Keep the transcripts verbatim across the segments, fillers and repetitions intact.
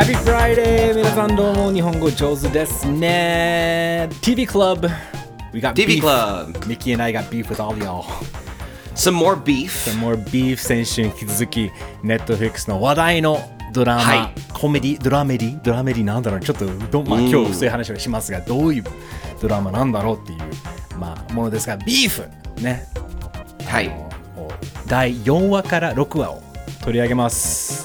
Happy Friday! 皆さんどうも日本語上手ですね。 ティーブイ Club We got ティーブイ beef Club Mickey and I got beef with all y'all Some more beef Some more beef 先週に引き続き Netflix の話題のドラマ、 はい、 コメディドラメディドラメディなんだろうちょっとど、まあ、今日そういう話をしますがどういうドラマなんだろうっていう、まあ、ものですがビーフねはいだいよんわからろくわを取り上げます。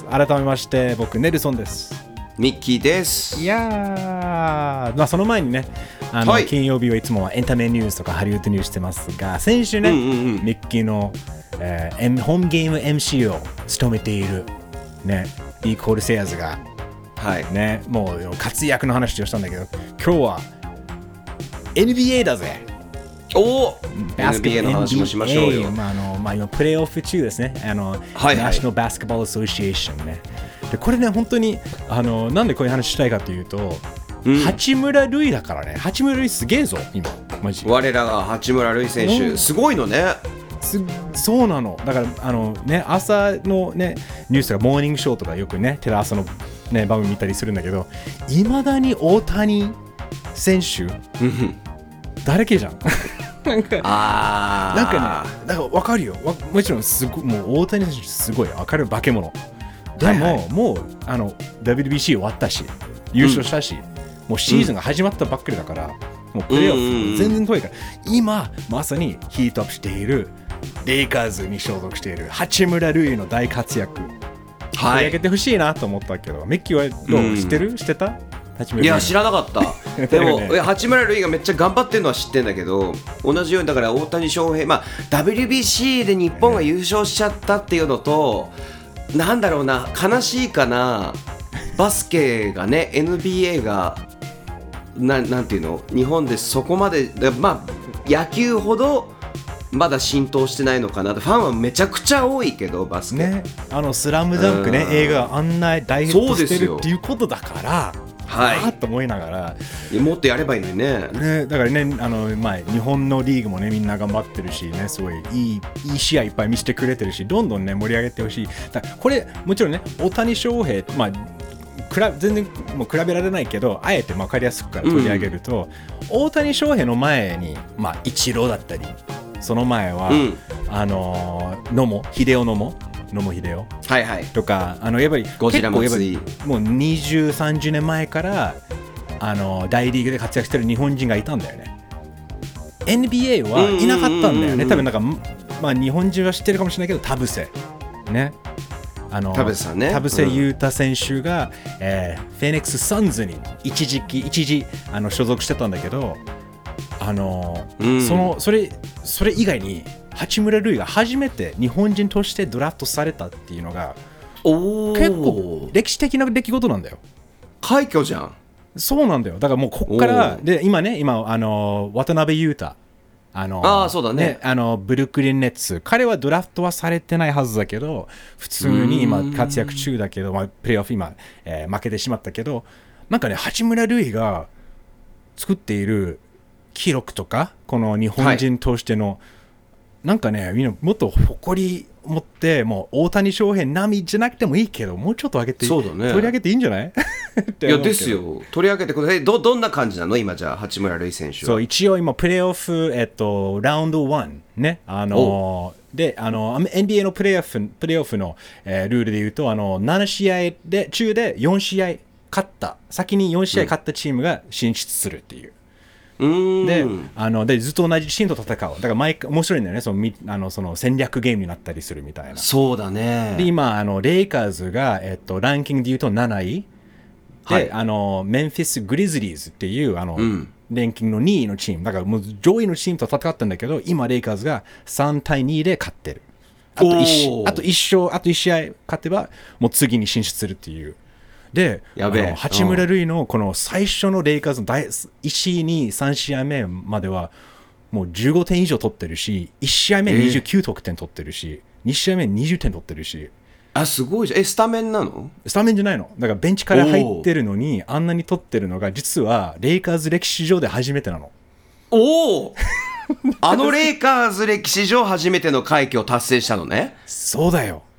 改めまして僕ネルソンです。 ミッキーです。 いやー、まあ、その前にねあの、はい、金曜日はいつもはエンタメニュースとかハリウッドニュースしてますが先週ね、うんうんうん、ミッキーの、えー、M、ホームゲーム エムシー を務めているねビーコールセイヤーズが、はいね、もう活躍の話をしたんだけど今日は エヌビーエー だぜ。 おお エヌビーエー の話もしましょうよ。 まああのまあ、今プレーオフ中ですね。あの、はいはい、National Basketball Association ね。でこれね本当にあのなんでこういう話したいかというと、うん、八村塁だからね。八村塁すげえぞ今マジ。 我らが八村塁選手、うん、すごいのね。 すそうなの。だからあのね朝のねニュースとかモーニングショーとかよくねテレ朝のね番組見たりするんだけど、いまだに大谷選手だらけじゃん。なんかあなんかね、なんか分かるよ。もちろんすごもう大谷選手すごい分かる化け物。でも、はいはい、もうあの ダブリュービーシー 終わったし、優勝したし、うん、もうシーズンが始まったばっかりだから、うん、もうプレーオフ全然遠いから、今まさにヒートアップしているレイカーズに所属している八村塁の大活躍、はい、取り上げてほしいなと思ったけど、メッキーはどう、うん、知ってる？知ってた？ いや知らなかったでも、ね、八村塁がめっちゃ頑張ってるのは知ってるんだけど同じようにだから大谷翔平、まあ、ダブリュービーシー で日本が優勝しちゃったっていうのと、ね、なんだろうな悲しいかなバスケがね エヌビーエー がな、なんていうの日本でそこまでまあ野球ほどまだ浸透してないのかなファンはめちゃくちゃ多いけどバスケ、ね、 あのスラムダンクね映画あんな大ヒットしてるっていうことだからはい、 あと思いながらもっとやればいいのに ね, ねだからねあの、まあ、日本のリーグもねみんな頑張ってるしねすごいいい、いい試合いっぱい見せてくれてるしどんどんね盛り上げてほしい。だこれもちろんね大谷翔平まあ比べ全然もう比べられないけどあえて分かりやすくから取り上げると、うん、大谷翔平の前に、まあ、イチローだったりその前は、うん、あの野茂英雄野茂野茂英雄、 はいはい、 とかあのやっぱりゴジラもついもうにじゅう、さんじゅうねんまえからあの大リーグで活躍してる日本人がいたんだよね。 エヌビーエー はいなかったんだよね。多分なんか、まあ、日本人は知ってるかもしれないけど田臥ねあの田臥さんね田臥勇太選手が、うんえー、フェニックスサンズに一時期一時あの所属してたんだけどあの、うん、そのそれそれ以外に八村塁が初めて日本人としてドラフトされたっていうのが結構歴史的な出来事なんだよ。 快挙じゃん。 そうなんだよ。だからもうここからで今ね今あの渡辺裕太あのあそうだね、 ねあのブルックリンネッツ彼はドラフトはされてないはずだけど普通に今活躍中だけど、まあ、プレーオフ今、えー、負けてしまったけどなんかね八村塁が作っている記録とかこの日本人としての、はいなんかねみんなもっと誇り持ってもう大谷翔平並みじゃなくてもいいけどもうちょっと上げてそうだ、ね、 取り上げていいんじゃないいやですよ取り上げてください。 ど, どんな感じなの今じゃあ八村塁選手は。 そう一応今プレーオフ、えっと、ラウンドワンねあのであの エヌビーエー のプレーオフプレーオフの、えー、ルールでいうとあのなな試合で中でよん試合勝った先によん試合勝ったチームが進出するっていう、うんであのでずっと同じチームと戦うだから毎回面白いんだよねそのあのその戦略ゲームになったりするみたいな。 そうだね。 で今あのレイカーズが、えっと、ランキングでいうとなないで、はい、あのメンフィス・グリズリーズっていうあの、うん、ランキングのにいのチームだからもう上位のチームと戦ったんだけど今レイカーズがさんたいにで勝ってる。あと 1, あといち勝あといち試合勝てばもう次に進出するっていうでやべえあの八村塁のこの最初のレイカーズの第いち、に、さん試合目まではもうじゅうごてん以上取ってるしいち試合目にじゅうきゅう得点取ってるし、えー、に試合目にじゅってん取ってるしあすごいじゃん。えスタメンなの？ スタメンじゃないの。だからベンチから入ってるのにあんなに取ってるのが実はレイカーズ歴史上で初めてなの。 おおあのレイカーズ歴史上初めての快挙を達成したのね。 そうだよ。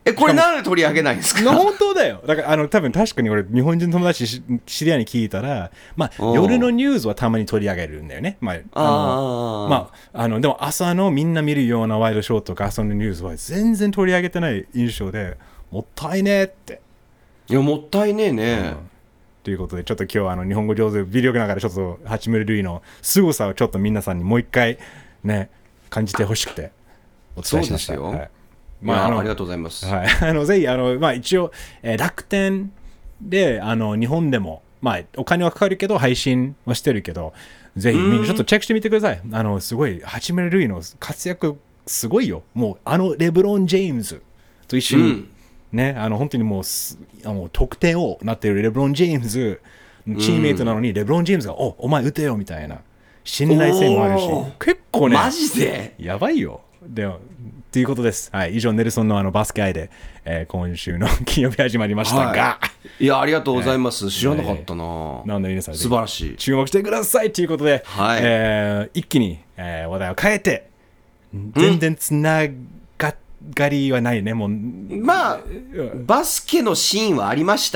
え、これなんで取り上げないんですか？ 本当だよ。だからあの多分確かに俺日本人友達し知り合いに聞いたら、まあ夜のニュースはたまに取り上げるんだよね。まああのあまああのでも朝のみんな見るようなワイドショーとか朝のニュースは全然取り上げてない印象で、もったいねえって。 いやもったいねえね。 うんということでちょっと今日はあの日本語上手微力ながらちょっと八村塁の凄さをちょっと皆さんにもう一回ね感じてほしくてお伝えしました。 そうですよ。 はいまあ、 あのありがとうございます。 はい、あのぜひあの、まあ、一応、えー、楽天であの日本でも、まあ、お金はかかるけど配信はしてるけど、ぜひみんなちょっとチェックしてみてください。あのすごい八村塁の活躍すごいよ。もうあのレブロン・ジェームズと一緒に、うんね、あの本当にもうすあの得点王になっているレブロン・ジェームズのチームメイトなのに、レブロン・ジェームズがおお前打てよみたいな信頼性もあるし、結構ねマジでやばいよ。でもということです。はい、以上ネルソンのあのバスケ愛で、えー、今週の金曜日始まりましたが、 はい、いやありがとうございます。知らなかったな。 なので皆さん素晴らしい。 注目してくださいということで、 はいえー、一気に、えー、話題を変えて、全然つながりはないね。もうまあバスケのシーンはありました。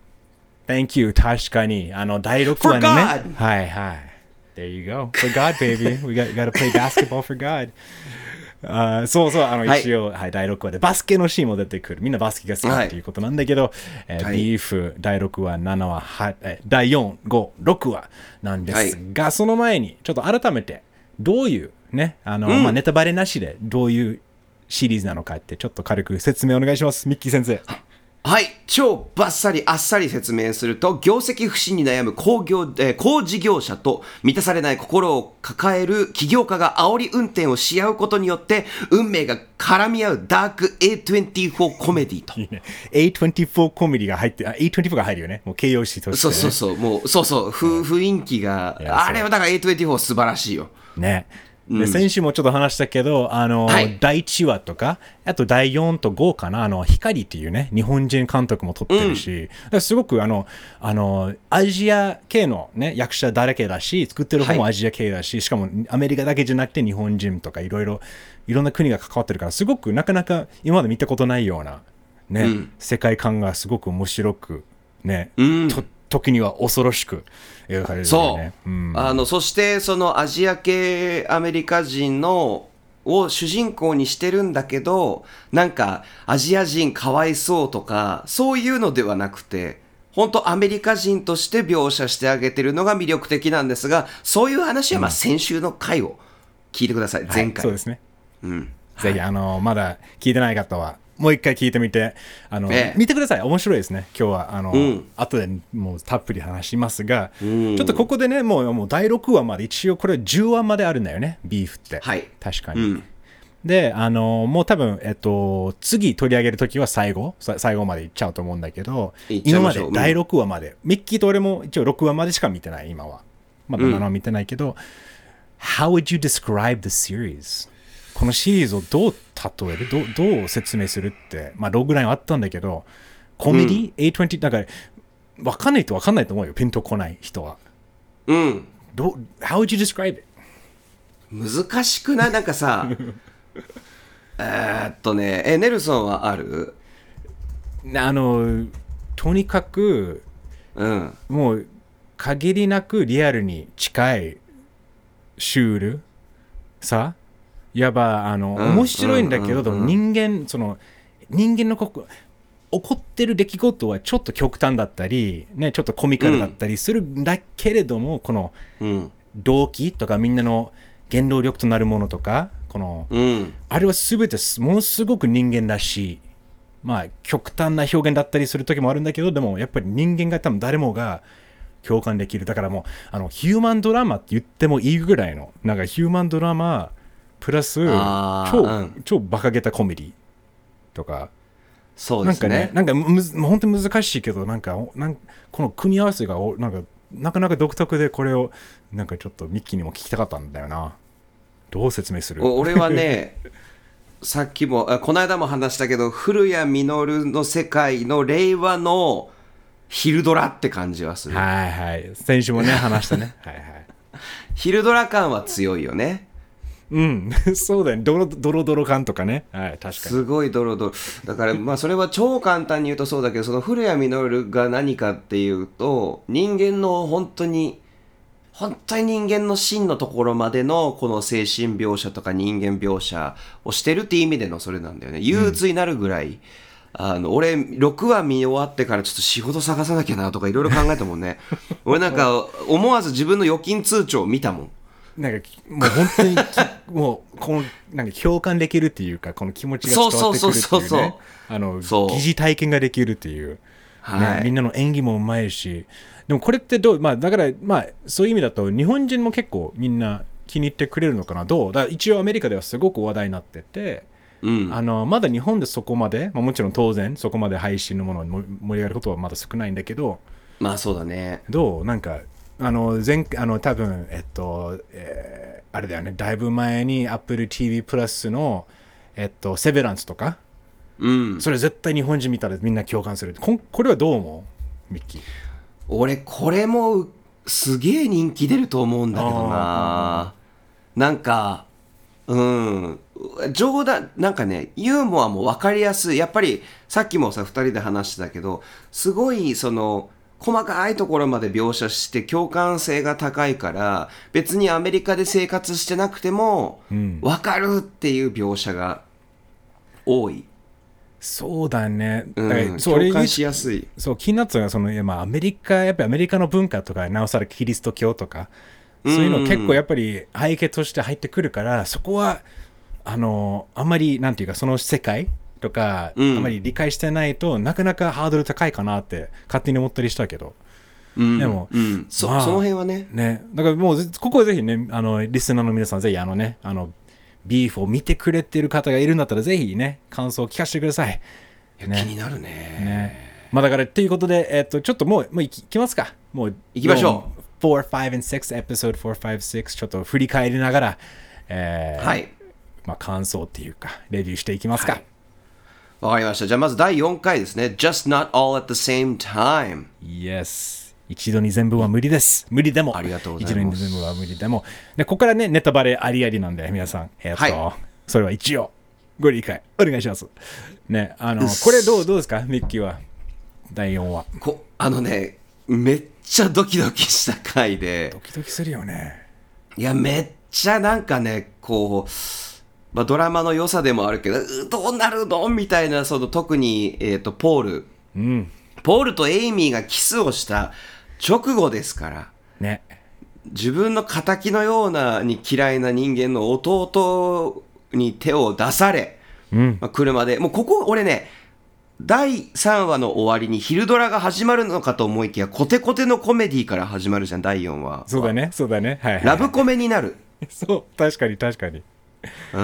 Thank you。確かにあのだいろくわのね。はいはい。There you go. For God, baby. We got, got to play basketball for God. あそうそう、あの一応、はいはい、だいろくわでバスケのシーンも出てくる。みんなバスケが好きっていうことなんだけど、はいえーはい、ビーフだいろくわ、ななわ、えー、だいよん、ご、ろくわなんですが、はい、その前にちょっと改めてどういうね、あの、うんまあ、ネタバレなしでどういうシリーズなのかってちょっと軽く説明お願いします。ミッキー先生。 はい、超バッサリあっさり説明すると、業績不振に悩む工業、えー、工事業者と満たされない心を抱える起業家が煽り運転をし合うことによって運命が絡み合うダーク エーにじゅうよん コメディと。いいね、 エーにじゅうよん コメディが入って、あ エーにじゅうよん が入るよね。もう形容詞として、ね。 そうそうそう、もうそうそう、ふ雰囲気があれはだから エーにじゅうよん素晴らしいよ。 ね。で先週もちょっと話したけど、あの、はい、だいいちわとか、あとだいよんとごかな、あの、光っていうね、日本人監督も撮ってるし、うん、すごくあの、あの、アジア系のね、役者だらけだし、作ってる方もアジア系だし、はい、しかもアメリカだけじゃなくて日本人とかいろいろ、いろんな国が関わってるから、すごくなかなか今まで見たことないような、ね、うん、世界観がすごく面白く、ね、うん、と時には恐ろしく描かれるよね。 そう、うん、あのそしてそのアジア系アメリカ人のを主人公にしてるんだけど、なんかアジア人かわいそうとかそういうのではなくて、本当アメリカ人として描写してあげてるのが魅力的なんですが、そういう話はまあ先週の回を聞いてください。前回、はい、 そうですね、 うん、 ぜひあのまだ聞いてない方はもう一回聞いてみて、あの、ええ、見てください。面白いですね。今日はあの、うん、後でもうたっぷり話しますが、うん、ちょっとここでね、もう、もうだいろくわまで、一応これじゅうわまであるんだよね、ビーフって。 はい。 確かに。うん、 で、 あの、もう多分、えっと、次取り上げるときは最後、最後までいっちゃうと思うんだけど、今までだいろくわまで、うん、ミッキーと俺も一応ろくわまでしか見てない、今は。まだななわ見てないけど、うん、How would you describe the series?このシリーズをどう例える ど, どう説明するって、まあ、ログラインあったんだけど、コメディ、うん、エーにじゅう、だから、分かんないと分かんないと思うよ、ピンとこない人は。 うん。 ど How would you describe it? 難しくない？なんかさ、えーっとね、え、ネルソンはある？ あの、とにかく、 うん、 もう、限りなくリアルに近いシュールさ、いわばあの、うん、面白いんだけど、うんうんうん、人間その人間のここ起こってる出来事はちょっと極端だったり、ね、ちょっとコミカルだったりするんだけれども、うん、この動機とかみんなの原動力となるものとかこの、うん、あれは全てものすごく人間らしい、まあ極端な表現だったりする時もあるんだけど、でもやっぱり人間が多分誰もが共感できる。だからもうあのヒューマンドラマって言ってもいいぐらいのなんかヒューマンドラマプラス超、うん、超バカげたコメディとか、 そうですね、 なんかね、なんかむず本当に難しいけど、なんかなんこの組み合わせがなんかなかなか独特で、これをなんかちょっとミッキーにも聞きたかったんだよな。どう説明する？ 俺はねさっきもこの間も話したけど、古谷実の世界の令和の昼ドラって感じはする。 はいはい、先週もね話したねはいはい、 昼ドラ感は強いよね。 うんそうだよね、ドロドロドロ感とかね、はい、確かにすごいドロドロだからまあそれは超簡単に言うとそうだけど、その古谷実が何かっていうと、人間の本当に本当に人間の真のところまでのこの精神描写とか人間描写をしてるっていう意味でのそれなんだよね。憂鬱になるぐらい、うん、あの俺ろくわ見終わってからちょっと仕事探さなきゃなとかいろいろ考えたもんね俺なんか思わず自分の預金通帳を見たもん。 なんかもう本当にもうこのなんか共感できるっていうか、この気持ちが伝わってくるっていうね、 そうそうそうそう、 あの疑似体験ができるっていう、 はいね、みんなの演技もうまいし、でもこれってどう、まあだからまあそういう意味だと日本人も結構みんな気に入ってくれるのかな。どうだから一応アメリカではすごく話題になってて、うん、あのまだ日本でそこまで、まあ、もちろん当然そこまで配信のものに盛り上がることはまだ少ないんだけど、 まあそうだね。 どうなんかあの前あの多分えっと、えー、あれだよね、だいぶ前に Apple ティーブイ プラスのえっとセベランスとか、うん、それ絶対日本人見たらみんな共感する。ここれはどう思うミッキー？ 俺これもすげえ人気出ると思うんだけどな。なんかうん冗談なんかね、ユーモアも分かりやすい。やっぱりさっきもさふたりで話してたけど、すごいその細かいところまで描写して共感性が高いから、別にアメリカで生活してなくても分かるっていう描写が多い、うん、 そうだね、 だから、うん、共感しやすい。 そう気になったのがその、まあ、アメリカやっぱりアメリカの文化とか、なおさらキリスト教とかそういうの結構やっぱり背景として入ってくるから、そこはあのあんまりなんていうかその世界とか、うん、あまり理解してないとなかなかハードル高いかなって勝手に思ったりしたけど、うん、でも、 うんそ, まあ、その辺は ね, ねだからもうここはぜひね、あのリスナーの皆さんぜひあのねあのビーフを見てくれてる方がいるんだったらぜひね感想を聞かせてください。 いや、ね、気になる ね, ねまあだからということで、えっとちょっともうもうい き, いきますか。もう行きましょうよん、ご、and ろく エピソードよん、ご、ろくちょっと振り返りながら、えーはいまあ、感想っていうかレビューしていきますか。 はい、わかりました。じゃあまずだいよんかいですね。Just not all at the same time. Yes。一度に全部は無理です。無理でも。 ありがとうございます。 一度に全部は無理でも。で、ここからね、ネタバレありありなんで、皆さん。えー、っと、はい、それは一応、ご理解お願いします。ね、あの、これどう、どうですかミッキーは。だいよんわ。 こあのね、めっちゃドキドキした回で。 ドキドキするよね。 いや、めっちゃなんかね、こう、まあ、ドラマの良さでもあるけど、どうなるのみたいな、その特に、えーと、ポール、うん、ポールとエイミーがキスをした直後ですから、 ね、 自分の仇のようなに嫌いな人間の弟に手を出され、うんまあ、車で、もうここ俺ね、だいさんわの終わりに昼ドラが始まるのかと思いきや、コテコテのコメディから始まるじゃん、だいよんわ。 そうだね、そうだね、はいはいはい、 ラブコメになる。 そう、確かに確かに。 うん、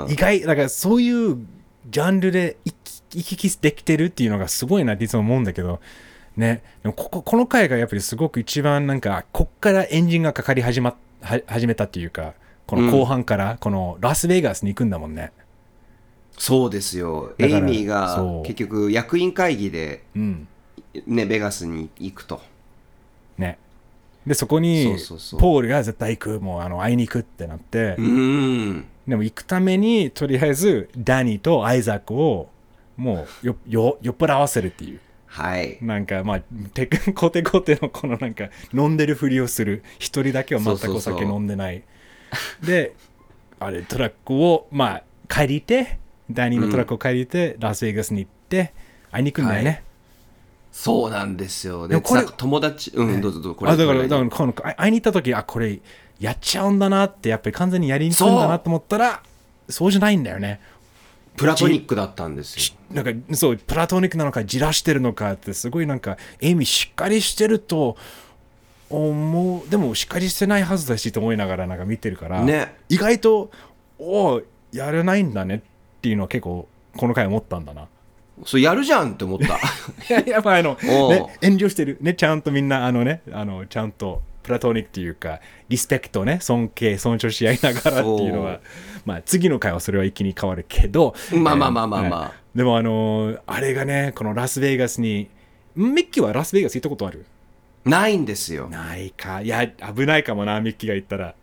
意外だからそういうジャンルで行き来できてるっていうのがすごいなっていつも思うんだけどね。でもこここの回がやっぱりすごく一番なんかこっからエンジンがかかり始ま始めたっていうか、この後半からこのラスベガスに行くんだもんね、 うん、そうですよ。エイミーが結局役員会議で、うんね、ベガスに行くとね。でそこにそうそうそうポールが絶対行く、もうあの会いに行くってなって、 うんでも行くためにとりあえずダニーとアイザックをもうよよ酔っ払わせるっていう、 はい、 なんかまあテコテコテのこのなんか飲んでるふりをする、一人だけは全くお酒飲んでない。そうそうそうであれトラックをまあ借りて、ダニーのトラックを借りて、うん、ラスベガスに行って会いに行くんだよね、はい、 そうなんですよ。でこれ友達、うん、どうぞどうぞ。これあだからだからこの会いに行った時、あこれやっちゃうんだなって、やっぱり完全にやりに行くんだなと思ったら、そうじゃないんだよね。 プラトニックだったんですよ。 なんかそうプラトニックなのかじらしてるのかって、すごいなんかエイミーしっかりしてると思う、でもしっかりしてないはずだしと思いながらなんか見てるから、 ね、意外とおやれないんだねっていうのは結構この回思ったんだな。 そうやるじゃんって思った。 いややっぱあの、ね、遠慮してるね、ちゃんとみんなあのね、あのちゃんとプラトニックっていうかリスペクトね、尊敬尊重し合いながらっていうのは、まあ次の回はそれは一気に変わるけど、 まあまあまあまあまあ、 えー、でもあのー、あれがね、このラスベガスに、ミッキーはラスベガス行ったことある？ ないんですよ。 ないか。いや危ないかもな、ミッキーが行ったら。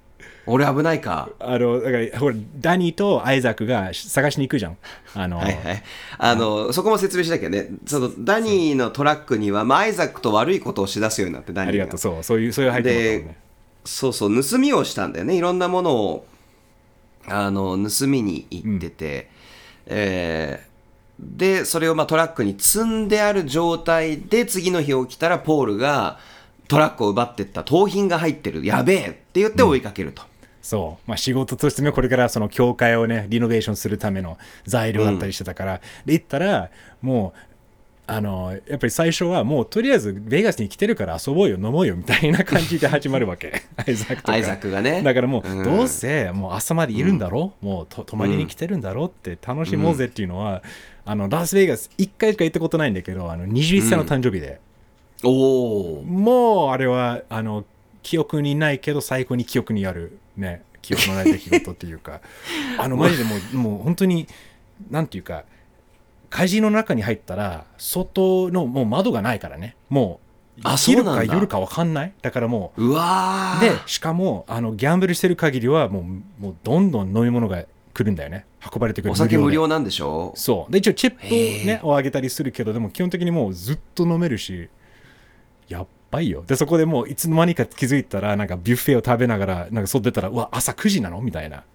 俺危ないか。 あのだからほらダニーとアイザックが探しに行くじゃん。あの、 はいはい、あのそこも説明しなきゃね。そのダニーのトラックには、まあ、アイザックと悪いことをしだすようになって、ダニーが。 ありがとう。そうそういうそういう背景もあったもんね。 そうそう盗みをしたんだよね。いろんなものをあの盗みに行ってて、うん、えー、でそれをまあトラックに積んである状態で次の日起きたらポールがトラックを奪ってった盗品が入ってる、やべえって言って追いかけると、うん、 そう、まあ、仕事としてもこれからその教会をねリノベーションするための材料だったりしてたから、うん、で行ったらもうあのやっぱり最初はもうとりあえずベガスに来てるから遊ぼうよ飲もうよみたいな感じで始まるわけアイザックとか。 アイザックがね。 だからもう、うん、どうせもう朝までいるんだろ、うん、もうと泊まりに来てるんだろって楽しもうぜっていうのは、うん、あのラスベガスいっかいしか行ったことないんだけど、あのにじゅういっさいの誕生日で、 うん、おもうあれはあの記憶にないけど最高に記憶にあるね、記憶のない出来事っていうかあのマジでもうもう本当になんていうか火事の中に入ったら外のもう窓がないからね、もう昼か夜か分かんない。だからもう、 うわでしかもあのギャンブルしてる限りはもう、もうどんどん飲み物が来るんだよね、運ばれてくる。 お酒無料なんでしょ。 そうで一応チップ、ね、をあげたりするけど、でも基本的にもうずっと飲めるしやっばいよ。でそこでもういつの間にか気づいたらなんかビュッフェを食べながらなんか外出たらうわ朝くじなのみたいな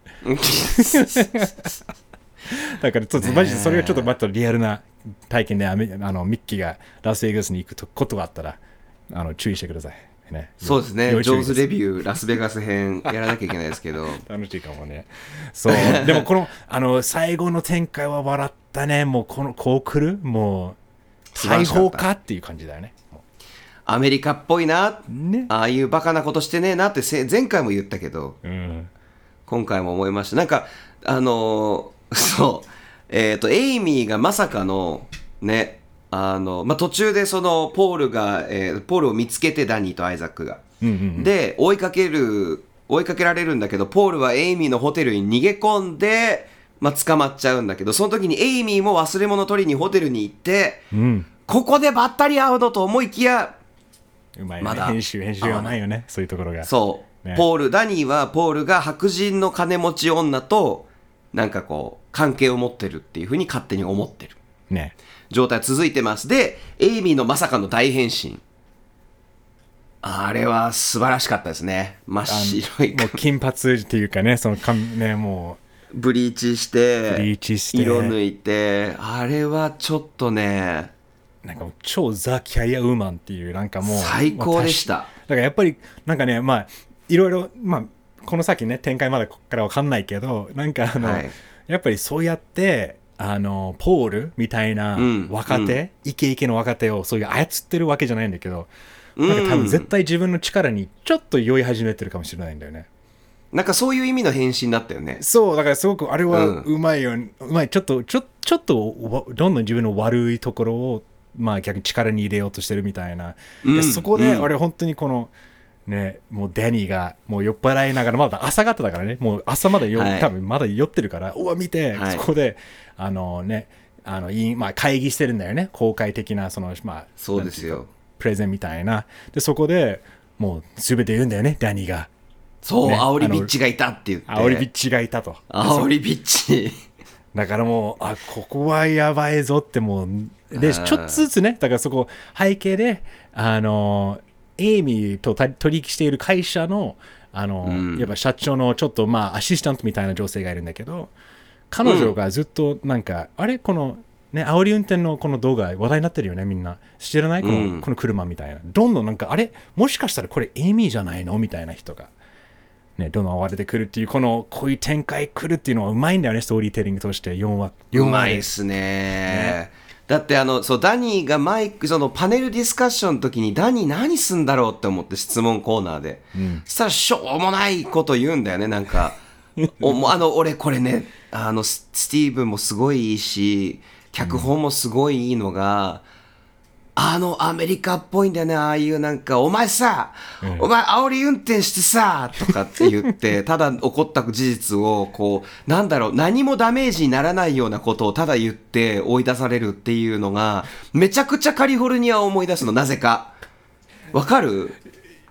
だからちょっとマジでそれがちょっとまたリアルな体験で、あのミッキーがラスベガスに行くことがあったらあの注意してください、ね、 そうですね。ジョーズレビューラスベガス編やらなきゃいけないですけど楽しいかもね。そうでもこのあの最後の展開は笑ったね。もうこのこう来るもう裁縫かっていう感じだよね。 アメリカっぽいな、 ね、 ああいうバカなことしてねえなって前回も言ったけど、うん、今回も思いました。なんかあのーそう、えっとエイミーがまさかのね、あのまあ、途中でそのポールが、えー、ポールを見つけてダニーとアイザックが、うんうんうん、で追いかける追いかけられるんだけど、ポールはエイミーのホテルに逃げ込んで、まあ、捕まっちゃうんだけど、その時にエイミーも忘れ物取りにホテルに行って、うん、ここでばったり会うのと思いきや、 うまいね、まだ編集編集がうまいよね、そういうところが。 そう、ね、ポールダニーはポールが白人の金持ち女となんかこう関係を持ってるっていう風に勝手に思ってる、ね、状態続いてます。でエイミーのまさかの大変身、あれは素晴らしかったですね。真っ白いもう金髪っていうかね、その髪ね、もうブリーチしてブリーチして色抜いて、あれはちょっとね、 なんかもう超ザ・キャリアウーマンっていう、なんかもう最高でした。だからやっぱりなんかね、まあいろいろ、まあこの先ね展開まだここから分かんないけど、なんかあの、はい、やっぱりそうやってあのポールみたいな若手、うんうん、イケイケの若手をそういう操ってるわけじゃないんだけど、なんか多分絶対自分の力にちょっと酔い始めてるかもしれないんだよね。 なんかそういう意味の変身だったよね。 そうだからすごくあれはうまいよ、うん、うまい。ちょっとちょちょっとどんどん自分の悪いところをまあ逆に力に入れようとしてるみたいな、うん、でそこであれ本当にこのね、もうダニーがもう酔っ払いながら、まだ朝方だからね、もう朝までよ、はい、多分まだ酔ってるから、うわ見て、はい、そこであのね、あのいまあ、会議してるんだよね、公開的なそのまあそうですよ、 プレゼンみたいな。でそこでもう全て言うんだよね、ダニーが。 そう、ね、煽りビッチがいたって言って。 煽りビッチがいたと。 煽りビッチ。 だからもうあここはやばいぞってもうでちょっとずつね、だからそこ背景であのエイミーと取引している会社のあの、うん、やっぱ社長のちょっとまあアシスタントみたいな女性がいるんだけど、彼女がずっとなんか、うん、あれこのね煽り運転のこの動画話題になってるよね、みんな知らないこの、うん、この車みたいな、どんどんなんかあれもしかしたらこれエイミーじゃないのみたいな人がねどんどん追われてくるっていう、このこういう展開来るっていうのはうまいんだよね、ストーリーテリングとしてよんわうまいっす ね, ねだってあのそうダニーがマイクそのパネルディスカッションの時にダニー何すんだろうって思って質問コーナーで、うん、そしたらしょうもないこと言うんだよね。なんかおあの俺これねあのスティーブンもすごいいいし脚本もすごいいいのが、うん、あのアメリカっぽいんだよね。ああいうなんかお前さ、うん、お前煽り運転してさとかって言ってただ起こった事実をこうなんだろう何もダメージにならないようなことをただ言って追い出されるっていうのがめちゃくちゃカリフォルニアを思い出すの。なぜかわかる？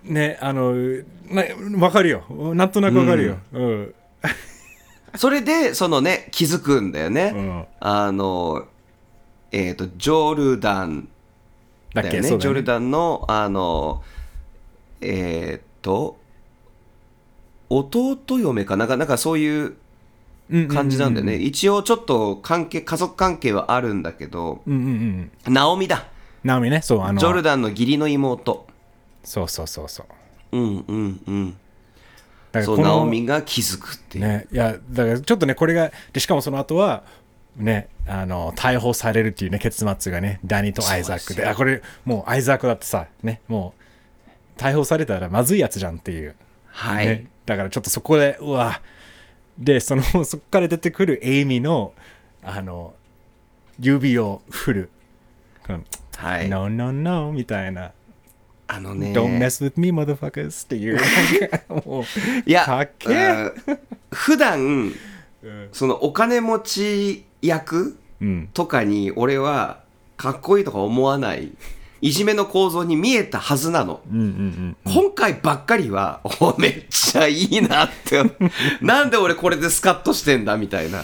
ね、あのな分かるよ、なんとなく分かるよ、うんうん、 それでそのね気づくんだよね、うん、あのえっ、ー、とジョルダンだよね、だっけ、ジョルダンのあのえっ、ー、と弟嫁かなんかなんかそういう感じなんだよね、うんうんうんうん、一応ちょっと関係家族関係はあるんだけど、うんうんうん、ナオミだ、 ナオミね、そう、あのジョルダンの義理の妹、 そうそうそうそう、 うんうんうん、だからそうナオミが気づくっていう、 ね、いやだからちょっとねこれがで、しかもその後はね、あの逮捕されるっていうね結末がね、ダニとアイザック で, であこれもうアイザックだってさね、もう逮捕されたらまずいやつじゃんっていう、 はい、 ね、だからちょっとそこでうわでそのそこから出てくるエイミのあの指を振る、はい、No no no みたいな、 あのね Don't mess with me motherfuckers っていうもういやかっけー普段そのお金持ち役とかに俺はかっこいいとか思わないいじめの構造に見えたはずなの、うんうんうんうん、今回ばっかりはおめっちゃいいなってなんで俺これでスカッとしてんだみたいな、うん、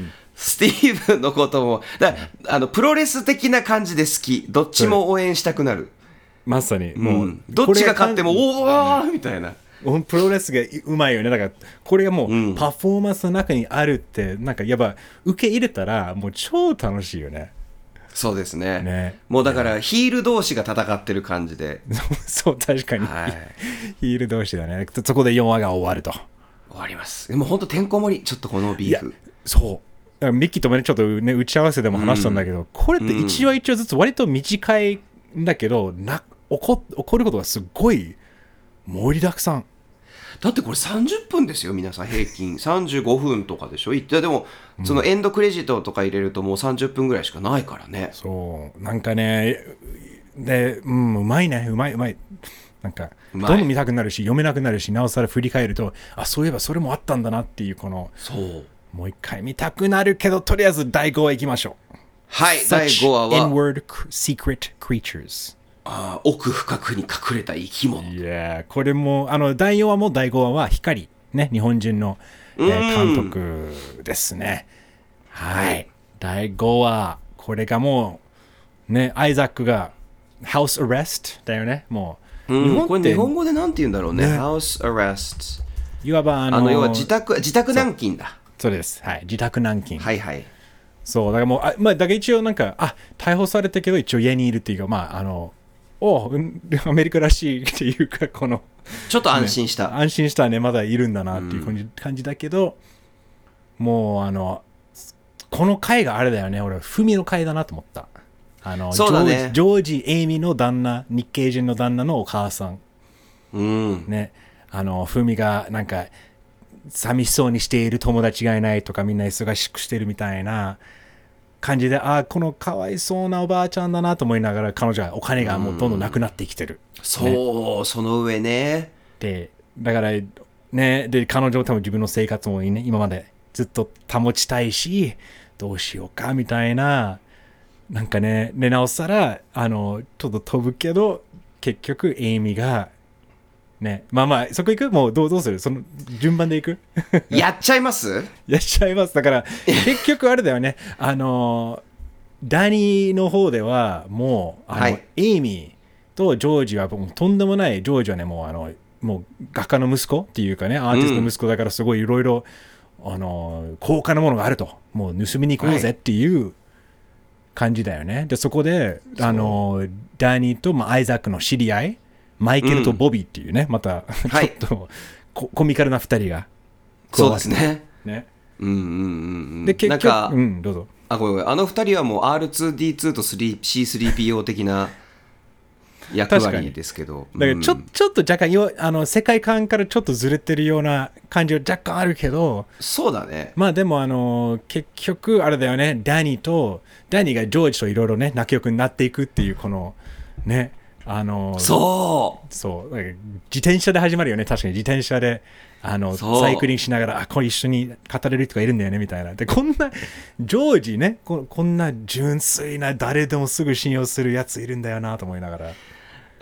スティーブンのこともだあのプロレス的な感じで好き、どっちも応援したくなる、 まさにもう、うん、 どっちが勝ってもおーみたいな、 プロレスがうまいよね。だからこれがもうパフォーマンスの中にあるって、うん、なんかやっぱ受け入れたらもう超楽しいよね。 そうです ね, ねもうだからヒール同士が戦ってる感じでそう確かに、はい、ヒール同士だね。そこでよんわが終わると終わります。でも本当てんこ盛り、ちょっとこのビーフ、 そうだからミッキーともねちょっとね打ち合わせでも話したんだけど、うん、これって一話一話ずつ割と短いんだけど、な起こ、起こることがすごい盛りだくさんだってこれさんじゅっぷんですよ皆さん、平均さんじゅうごふんとかでしょ。いやでもそのエンドクレジットとか入れるともうさんじゅっぷんぐらいしかないからね。 そうなんかねで、うん、うまいねうまいうまいなんかどんどん見たくなるし読めなくなるし、なおさら振り返るとあそういえばそれもあったんだなっていう、このそうもう一回見たくなるけど、とりあえずだいごわいきましょう。 はい、だいごわは Inward Secret Creatures、 あ奥深くに隠れた生き物。 いやこれもあのだいよんわもだいごわは光ね、日本人の、えー、監督ですね。はい、だいごわこれがもうねアイザックが House Arrest だよね。もう、 うん、日本これ日本語でなんて言うんだろうね。 House Arrest いわばあのあの要は自宅自宅軟禁だ。 そうです、はい、自宅軟禁。 はいはい。 そうだからもうあ、まあ、だから一応なんかあ逮捕されたけど一応家にいるっていうか、まああのおアメリカらしいっていうか、このちょっと安心した、 ね、安心したね、まだいるんだなっていう感じ、うん、感じだけど、もうあのこの回があれだよね、俺はフミの回だなと思った。あのそうだね、 ジョージ・エイミの旦那、日系人の旦那のお母さん、 うんね、あのフミがなんか寂しそうにしている友達がいないとか、みんな忙しくしてるみたいな感じで、ああこのかわいそうなおばあちゃんだなと思いながら、彼女はお金がもうどんどんなくなってきてる、 うん、そう、ね、その上ねでだからね、で彼女は多分自分の生活も、ね、今までずっと保ちたいし、どうしようかみたいな、なんかね、でなおさらあのちょっと飛ぶけど結局エイミがね、まあまあそこ行く、もうどうどうする、その順番で行くやっちゃいますやっちゃいます。だから結局あれだよね、あのダニーの方ではもうあの、はい、エイミーとジョージはもうとんでもない、ジョージはねもうあのもう画家の息子っていうかね、アーティストの息子だから、すごいいろいろあの高価なものがあると、もう盗みに行こうぜっていう感じだよね、はい、でそこであのダニーと、まあ、アイザックの知り合いマイケルとボビーっていうね、うん、またちょっと、はい、コ, コミカルなふたりがそうですね。 ね、 うんうんうんうん。 で結局なんか、うん、どうぞ。 あごめんごめん、あのふたりはもう アールツーディーツー と シースリーピーオー 的な役割ですけど、 だからち ょ,、うん、ちょっと若干よあの世界観からちょっとずれてるような感じは若干あるけど、 そうだね。 まあでもあの結局あれだよね、ダニーとダニーがジョージといろいろね仲良くなっていくっていう、このね、あのそうそう自転車で始まるよね。確かに自転車であのサイクリングしながら、あこれ一緒に語れる人がいるんだよねみたいな。でこんなジョージね、こ, こんな純粋な誰でもすぐ信用するやついるんだよなと思いながら、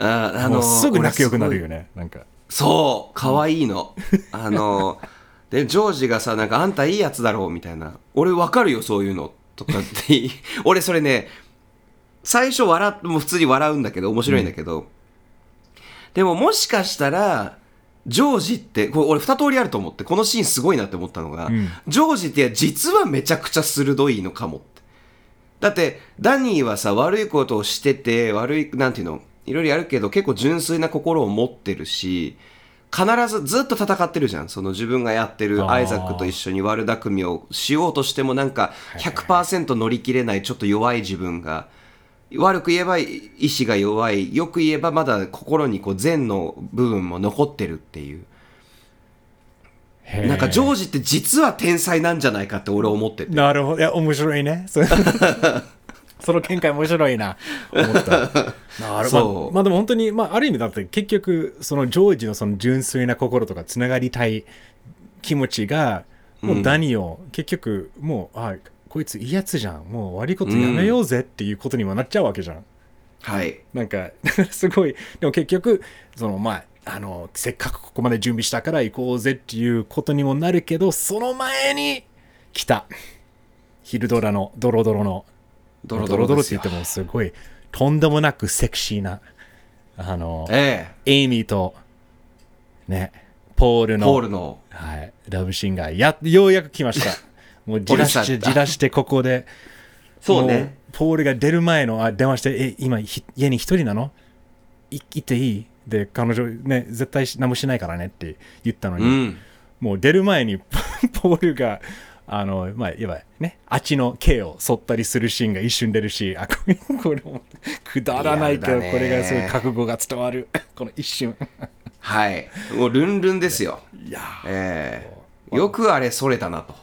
ああのもうすぐ仲良くなるよね。なんかそう可愛いのあのでジョージがさなんかあんたいいやつだろうみたいな、俺わかるよそういうのとかって俺それね最初笑もう普通に笑うんだけど面白いんだけど、うん、でももしかしたらジョージってこれ俺二通りあると思って、このシーンすごいなって思ったのが、うん、ジョージって実はめちゃくちゃ鋭いのかもって。だってダニーはさ悪いことをしてて悪いなんていうのいろいろやるけど結構純粋な心を持ってるし、必ずずっと戦ってるじゃん。その自分がやってるアイザックと一緒に悪巧みをしようとしてもなんか ひゃくパーセント 乗り切れないちょっと弱い自分が、悪く言えば意志が弱い、よく言えばまだ心にこう善の部分も残ってるっていう。なんかジョージって実は天才なんじゃないかって俺思ってて。 なるほど。いや面白いね。その見解面白いな思った。なるほど。まあ、まあでも本当にまあある意味だって結局そのジョージのその純粋な心とかつながりたい気持ちがもうダニを結局もう、うん、あこいついいやつじゃん、もう悪いことやめようぜっていうことにもなっちゃうわけじゃん。うん、 はい。 なんかすごいでも結局そのまああのせっかくここまで準備したから行こうぜっていうことにもなるけど、その前に来たヒルドラのドロドロのドロドロドロって言ってもすごいとんでもなくセクシーなあの、ええ、エイミーとねポールのポールの、 はい、ラブシーンがやようやく来ました。もうじらしてじらしてここでそうねポールが出る前のあ電話してえ今家に一人なのい行っていいで彼女ね絶対何もしないからねって言ったのに、うん、もう出る前にポールがあのまあいわばねあっちの毛を剃ったりするシーンが一瞬出るし、あこれこれもくだらないけどこれがすごい覚悟が伝わるこの一瞬はいもうルンルンですよ。いや、えー、よくあれそれたなと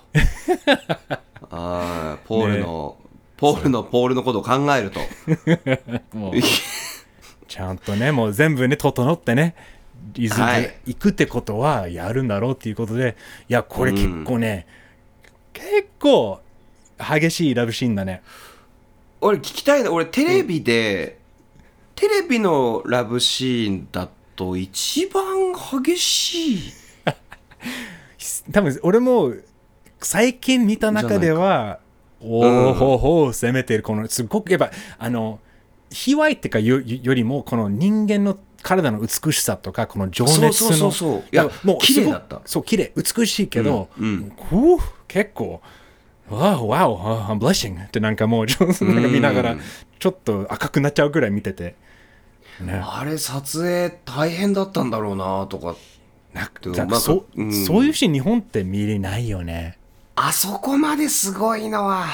あポールの、ね、ポールのポールのことを考えるともうちゃんとねもう全部ね整ってねリズムで行くってことはやるんだろうっていうことで、いやこれ結構ね、うん、結構激しいラブシーンだね。 俺聞きたいの俺テレビで、うん、テレビのラブシーンだと一番激しい多分俺も最近見た中ではおーほーほー攻めてるこのすごくやっぱあの卑猥ってか よ, よりもこの人間の体の美しさとかこの情熱のそうそうそうそういやもう綺麗だったそう綺麗美しいけど、 うんうん、 結構わおわお I'm blushing ってなんかもう上手なんか見ながらちょっと赤くなっちゃうぐらい見てて、 ね、あれ撮影大変だったんだろうなとかなんかなんか そ,、うん、そういうシーン日本って見れないよね。 あそこまですごいのは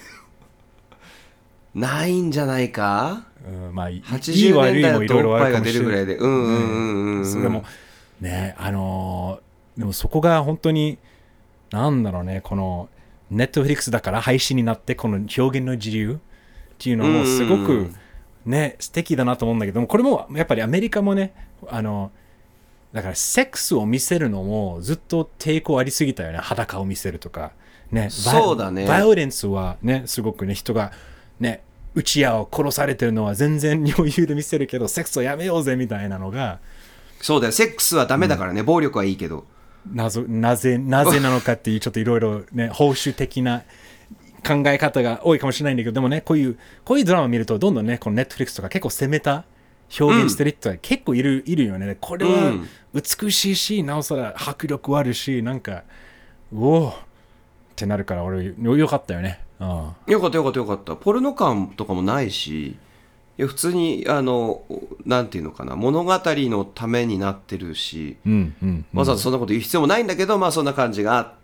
ないんじゃないか、 うん、まあはちじゅうねんだいだとおっぱいが出るぐらいでうんうんうんうん、 それもねあのー、でもそこが本当になんだろうねこのネットフリックスだから配信になってこの表現の自由っていうのもすごくね素敵だなと思うんだけども、これもやっぱりアメリカもねあのだからセックスを見せるのもずっと抵抗ありすぎたよね。裸を見せるとかね。 そうだね。 バイオレンスはねすごくね人がね打ち合う殺されてるのは全然余裕で見せるけどセックスをやめようぜみたいなのがそうだよ。セックスはダメだからね、うん、暴力はいいけどな, ぞなぜなぜなのかっていうちょっといろいろね報酬的な考え方が多いかもしれないんだけど、でもねこういうこういうドラマを見るとどんどんねこのネットフリックスとか結構攻めた表現してる人は結構いる、うん、いるよね。これは美しいし、なおさら迫力あるし、なんかうおーってなるから俺よかったよね。ああよかったよかったよかった。ポルノ感とかもないし、いや普通にあのなんていうのかな物語のためになってるし、 うんうんうん、 わざわざそんなこと言う必要もないんだけど、まあそんな感じがあって、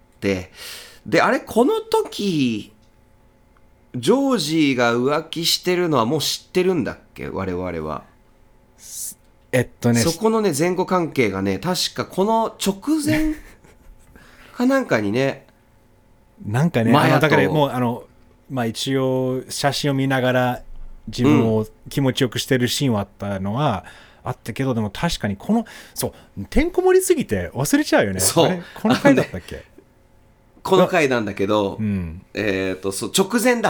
であれこの時ジョージが浮気してるのはもう知ってるんだっけ我々は。 えっとね、 そこのね前後関係がね確かこの直前かなんかにねなんかねあのだからもうあのまあ一応写真を見ながら自分を気持ちよくしてるシーンはあったのはあったけど、うん、でも確かにこのそうてんこ盛りすぎて忘れちゃうよね。 そうあれこの回だったっけこの回なんだけど、 うん、 えっとそう直前だ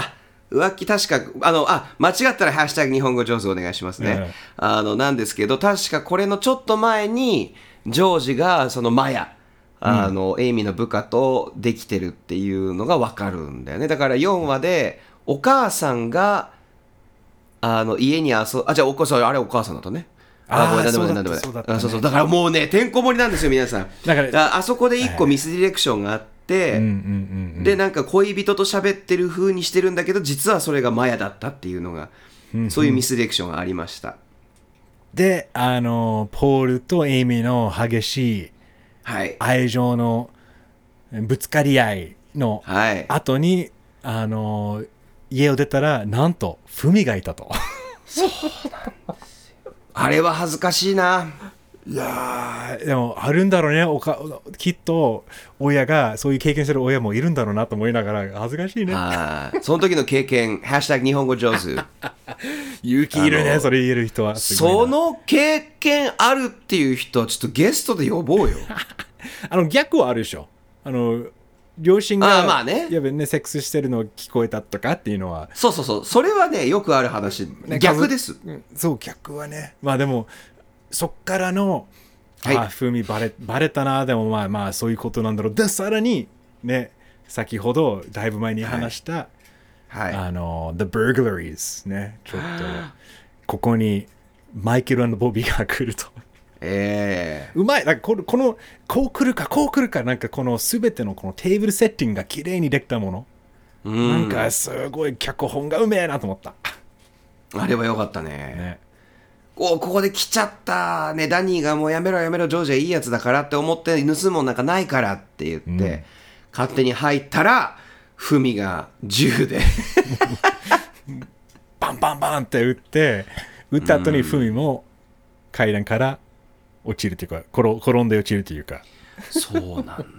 浮気確か、あの、あ、間違ったらハッシュタグ日本語上手お願いしますね。 うんあの、なんですけど、確かこれのちょっと前に、ジョージが、そのマヤ、あの、エイミーの部下とできてるっていうのがわかるんだよね。だからよんわで、お母さんが、あの、家に遊、あ、じゃあお母さん、あれお母さんだったね。あ、ごめん、なんでもない、なんでもない。 そうだったねあ、そうそう。だからもうね、てんこ盛りなんですよ、皆さん。 だからああそこで一個ミスディレクションがあって、 うんうんうんうんで、なんか恋人と喋ってる風にしてるんだけど、実はそれがマヤだったっていうのが、そういうミスディレクションがありました。 で、あの、ポールとエイミーの激しいはい。 愛情のぶつかり合いのはい。 後に、あの、家を出たら、なんと、フミがいたと。 あれは恥ずかしいな。 いやーでもあるんだろうねおかきっと親がそういう経験する親もいるんだろうなと思いながら恥ずかしいねはい。その時の経験、ハッシュタグ日本語上手。 勇気いるあのねそれ言える人はすごいなその経験あるっていう人はちょっとゲストで呼ぼうよ。 あの逆はあるでしょあの両親があーまあねやべねセックスしてるの聞こえたとかっていうのは、 そうそうそう。それはね、よくある話。 ね逆です。 うんそう逆はねまあでもそっからのはいあ風味バレバレたなでもまあまあそういうことなんだろうでさらにね先ほどだいぶ前に話した、 はい。 あの The Burglaries ねちょっとここにマイケル&ボビーが来るとええうまいなんかこのこのこう来るかこう来るかなんかこの全てのこのテーブルセッティングが綺麗にできたもの、 うんなんかすごい脚本がうめえなと思ったあれはよかったね。 ねおここで来ちゃったね。ダニーがもうやめろやめろジョージはいいやつだからって思って盗むもんなんかないからって言って、 うん勝手に入ったらフミが銃でバンバンバンって撃って撃った後にフミも階段から落ちるというか転転んで落ちるというかそうなんだよ。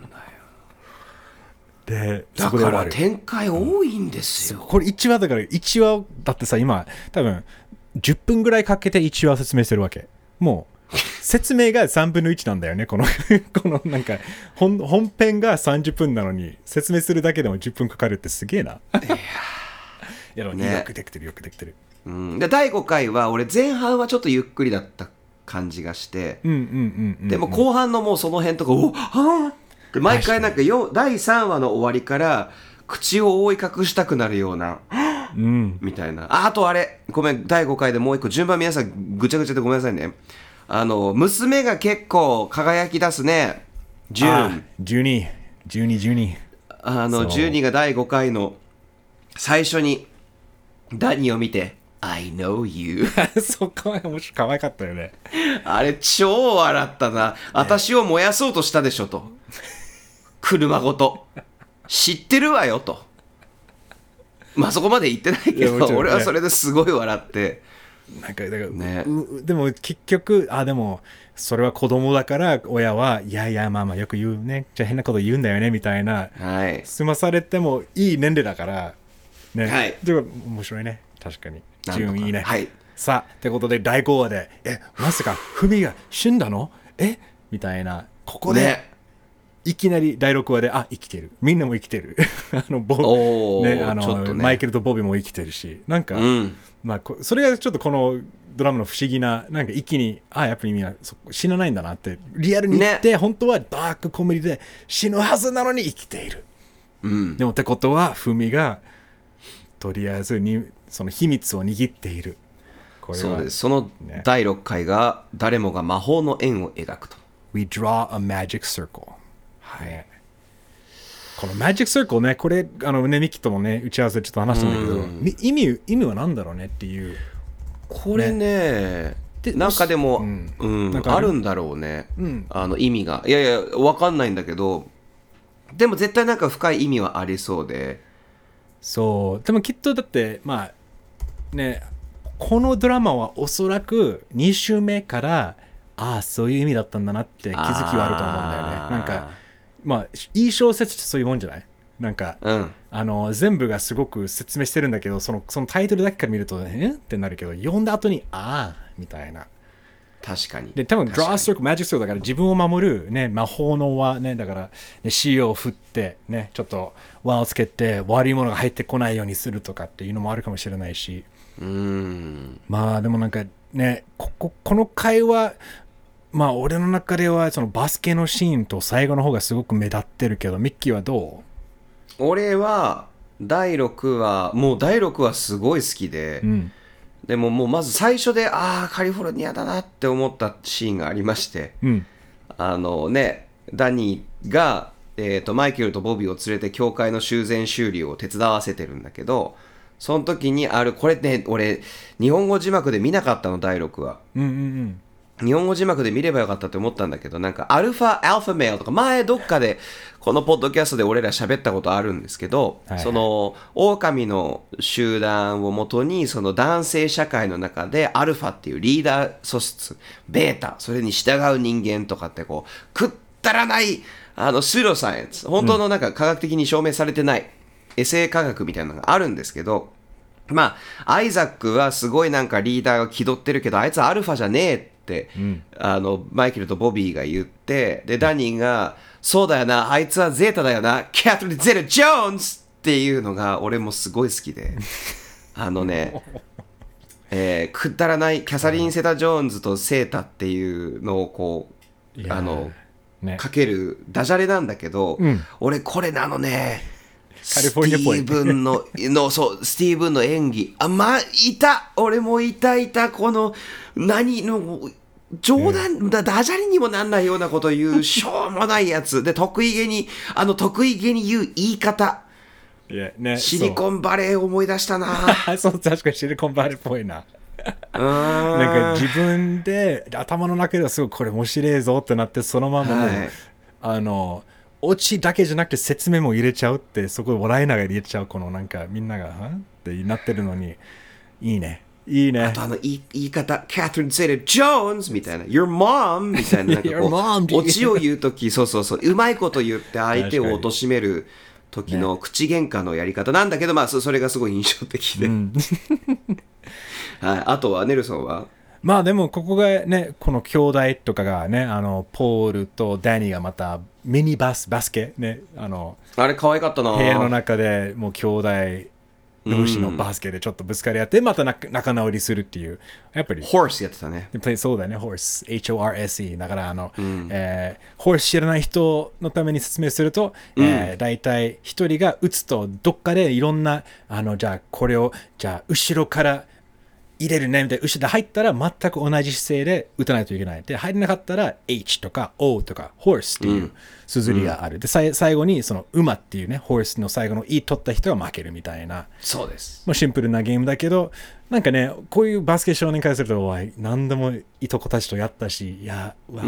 でだからそこで終わる展開多いんですよ。 これいちわだからいちわだってさ今多分じゅっぷんぐらいかけていちわ説明してるわけもう説明がさんぶんのいちなんだよねこのこのなんか 本, 本編がさんじゅっぷんなのに説明するだけでもじゅっぷんかかるってすげえないやでもねよくできてるよくできてるうん、でだいごかいは俺前半はちょっとゆっくりだった感じがして、 うんうんうんうんでも後半のもうその辺とかおはあって毎回なんかよだいさんわの終わりから口を覆い隠したくなるようなうんみたいなああとあれごめんだいごかいでもう一個順番皆さんぐちゃぐちゃでごめんなさいねあの娘が結構輝き出すねジューンじゅうに、じゅうに、じゅうにあのそうじゅうにがだいごかいの最初にダニーを見て I know you そこは面白い可愛かったよねあれ超笑ったな私を燃やそうとしたでしょと車ごと知ってるわよとまあそこまで言ってないけいやもちろんねど俺はそれですごい笑ってなんかだから、 ねうでも結局あでもそれは子供だから親はいやいやまあまあよく言うねじゃあ変なこと言うんだよねみたいなはい済まされてもいい年齢だからね、 はいでも面白いね確かになんとか順いいねはいさあってことでだいごわでえまさかフミが死んだのえみたいなここで、 ねいきなりだいろくわであ生きてるみんなも生きてるあのボおーねあのちょっとねマイケルとボビーも生きてるしなんか、 うんまあ、こそれがちょっとこのドラマの不思議ななんか一気にあやっぱりみんなそ死なないんだなってリアルに言って、本当はダークコメディで死ぬはずなのに生きている、 うんでもってことはフミがとりあえずにその秘密を握っているこれはそうですそのねだいろっかいが誰もが魔法の円を描くと We draw a magic circle はいこのマジックサークルねこれあのねミキともね打ち合わせでちょっと話したんだけど、み意味意味は何だろうねっていうこれねでなんかでも、 ううんんなんかあるあるんだろうね、 うんあの意味がいやいやわかんないんだけどでも絶対なんか深い意味はありそうでそうでもきっとだってまあねこのドラマはおそらくに週目からああそういう意味だったんだなって気づきはあると思うんだよねあーなんかまあいい小説ってそういうもんじゃないなんか、 うんあの全部がすごく説明してるんだけどそのそのタイトルだけから見るとえってなるけど読んだ後にああみたいな確かに。 で、多分、ドラーストローク、マジックストロークだから自分を守る、ね、魔法の輪ね、だから、ね、塩を振って、ね、ちょっと輪をつけて、悪いものが入ってこないようにするとかっていうのもあるかもしれないし。 うーん。 まあ、でもなんかね、ここ、この会話、まあ、俺の中では、そのバスケのシーンと最後の方がすごく目立ってるけど、ミッキーはどう？俺は、だいろくわ、もうだいろくわすごい好きで、うんでももうまず最初でああカリフォルニアだなって思ったシーンがありまして、うん、あのねダニーが、えーと、マイケルとボビーを連れて教会の修繕修理を手伝わせてるんだけど、その時にあるこれね俺日本語字幕で見なかったのだいろくわ、うんうんうん日本語字幕で見ればよかったって思ったんだけど、なんかアルファアルファメールとか前どっかでこのポッドキャストで俺ら喋ったことあるんですけど、はいはい、その狼の集団をもとにその男性社会の中でアルファっていうリーダー素質、ベータそれに従う人間とかってこうくったらないあのスーロサイエンス、本当のなんか科学的に証明されてない、うん、エセ科学みたいなのがあるんですけど、まあアイザックはすごいなんかリーダーが気取ってるけどあいつアルファじゃねえってって、うん、あのマイケルとボビーが言って、でダニーがそうだよなあいつはゼータだよなキャトリン・ゼタ・ジョーンズっていうのが俺もすごい好きであのね、えー、くだらないキャサリン・セタ・ジョーンズとセータっていうのをこうあの、ね、かけるダジャレなんだけど、うん、俺これあのねカリフォルニアっぽいスティーブンののそうスティーブンの演技あまあいた俺もいたいたこの何の冗談、うん、だダジャレにもなんないようなこと言うしょうもないやつで得意げにあの得意げに言う言い方、いやね、シリコンバレーを思い出したなそう確かにシリコンバレーっぽいななんか自分で頭の中ではすごいこれ面白いぞってなってそのままもう、はい、あのオチだけじゃなくて説明も入れちゃうってそこで笑いながら入れちゃうこのなんかみんながはってなってるのにいいねいいね。 あとあの言い、言い方キャトリン・ゼタ・ジョーンズみたいな Your mom みたいななんかこうオチを言うときそうそうそううまいこと言って相手を貶める時の口喧嘩のやり方なんだけど、まあそれがすごい印象的で、うんはい、あとはネルソンはまあでもここがねこの兄弟とかがねあのポールとダニーがまたミニバスバスケねあのあれ可愛かったな部屋の中でもう兄弟同士のバスケでちょっとぶつかり合ってまた仲直りするっていうやっぱりホースやってたねそうだねホース エイチオーアールエスイー だからあの、うんえー、ホース知らない人のために説明すると、うんえー、だいたい一人が打つとどっかでいろんなあのじゃあこれをじゃあ後ろから入れるねみたいな後ろで入ったら全く同じ姿勢で打たないといけないで入れなかったら H とか O とか Horse っていう綴りがある、うん、で最後にその馬っていうね Horse の最後の E 取った人が負けるみたいなそうですもうシンプルなゲームだけどなんかねこういうバスケ少年からすると何でもいとこたちとやったしいや、うん、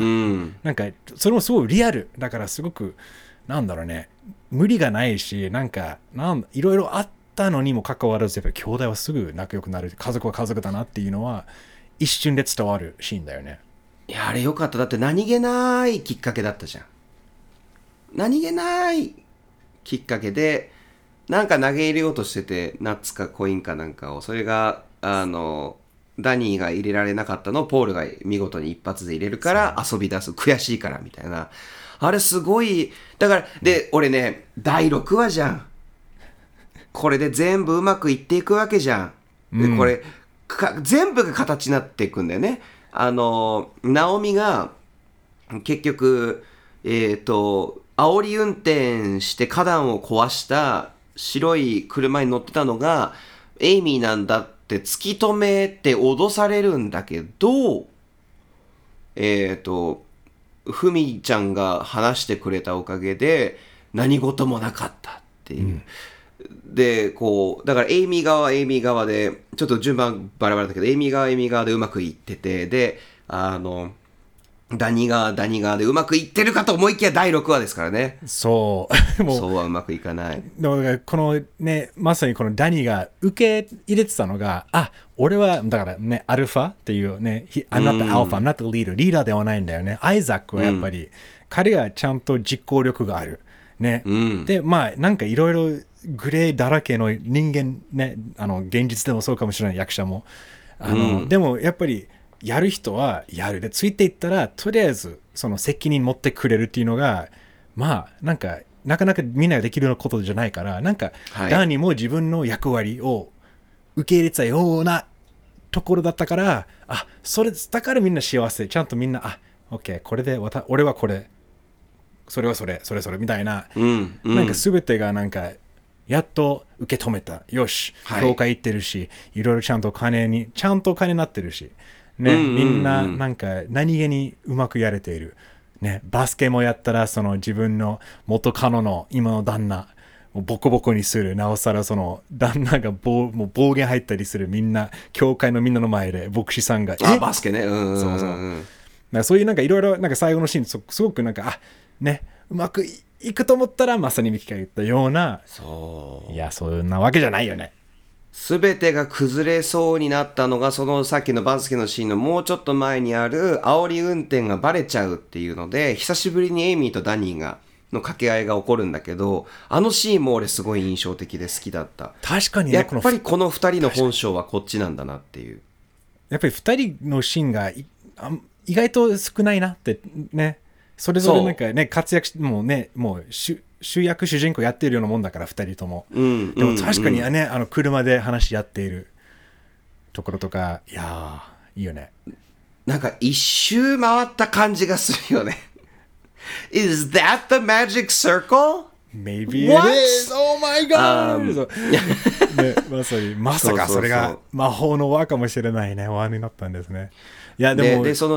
なんかそれもすごいリアルだからすごくなんだろうね無理がないしなんかなんいろいろあってたのにもかかわらずやっぱり兄弟はすぐ仲良くなる家族は家族だなっていうのは一瞬で伝わるシーンだよね。 いやあれよかっただって何気ないきっかけだったじゃん。何気ないきっかけでなんか投げ入れようとしててナッツかコインかなんかをそれがあのダニーが入れられなかったのをポールが見事に一発で入れるから遊び出す悔しいからみたいなあれすごいだからで俺ねだいろくわじゃんこれで全部うまくいっていくわけじゃん。で、これ、か全部が形になっていくんだよね。あの、ナオミが、結局、えっと、煽り運転して花壇を壊した白い車に乗ってたのが、エイミーなんだって突き止めて脅されるんだけど、えっと、フミちゃんが話してくれたおかげで、何事もなかったっていう。うんでこうだからエイミー側はエイミー側でちょっと順番バラバラだけどエイミー側はエイミー側でうまくいっててであのダニ側ダニ側でうまくいってるかと思いきやだいろくわですからねそうもうそうはうまくいかないだからこのねまさにこのダニが受け入れてたのがあ俺はだからねアルファっていうね I'm not the alpha I'm not the leader リーダーではないんだよねアイザックはやっぱり、うん、彼はちゃんと実行力があるね、うん、でまあなんかいろいろグレーだらけの人間ねあの現実でもそうかもしれない役者もあの、うん、でもやっぱりやる人はやるで、ついていったらとりあえずその責任持ってくれるっていうのが、まあなんかなかなかみんなができるようなことじゃないから、なんか、はい、ダニも自分の役割を受け入れたようなところだったから、あ、それだからみんな幸せ、ちゃんとみんな、あ、オッケー、これでわた俺はこれ、それはそれ、それそれみたいな、 うんうん、 なんか全てがなんかやっと受け止めた、よし、はい、教会行ってるし、いろいろちゃんと金にちゃんと金になってるし、ね、うんうんうん、みんななんか何気にうまくやれている。ね、バスケもやったらその自分の元カノの今の旦那をボコボコにする、なおさらその旦那が暴もう暴言入ったりする、みんな教会のみんなの前で牧師さんがあバスケね、うんうん、 そうそうなんかそういうなんかいろいろなんか最後のシーン す, すごくなんかあねうまくいくと思ったらまさにミキが言ったような、 そういやそんなわけじゃないよね。 すべてが崩れそうになったのが、そのさっきのバスケのシーンのもうちょっと前にある煽り運転がバレちゃうっていうので、久しぶりにエイミーとダニーがの掛け合いが起こるんだけど、あのシーンも俺すごい印象的で好きだった。 確かにね、 やっぱりこのふたりの本性はこっちなんだなっていう。 やっぱりふたりのシーンがいあ意外と少ないなってね。それぞれなんかね活躍しもうねもう主主役主人公やってるようなもんだからふたりとも、 うん、 でも確かにね、うん、あの車で話し合っているところとか、いやーいいよね。 なんか一周回った感じがするよね。Is that the magic circle? Maybe it is. Oh my god! ね、まさにまさかそれが魔法の輪かもしれないね輪になったんですね。いやでもででその、うん、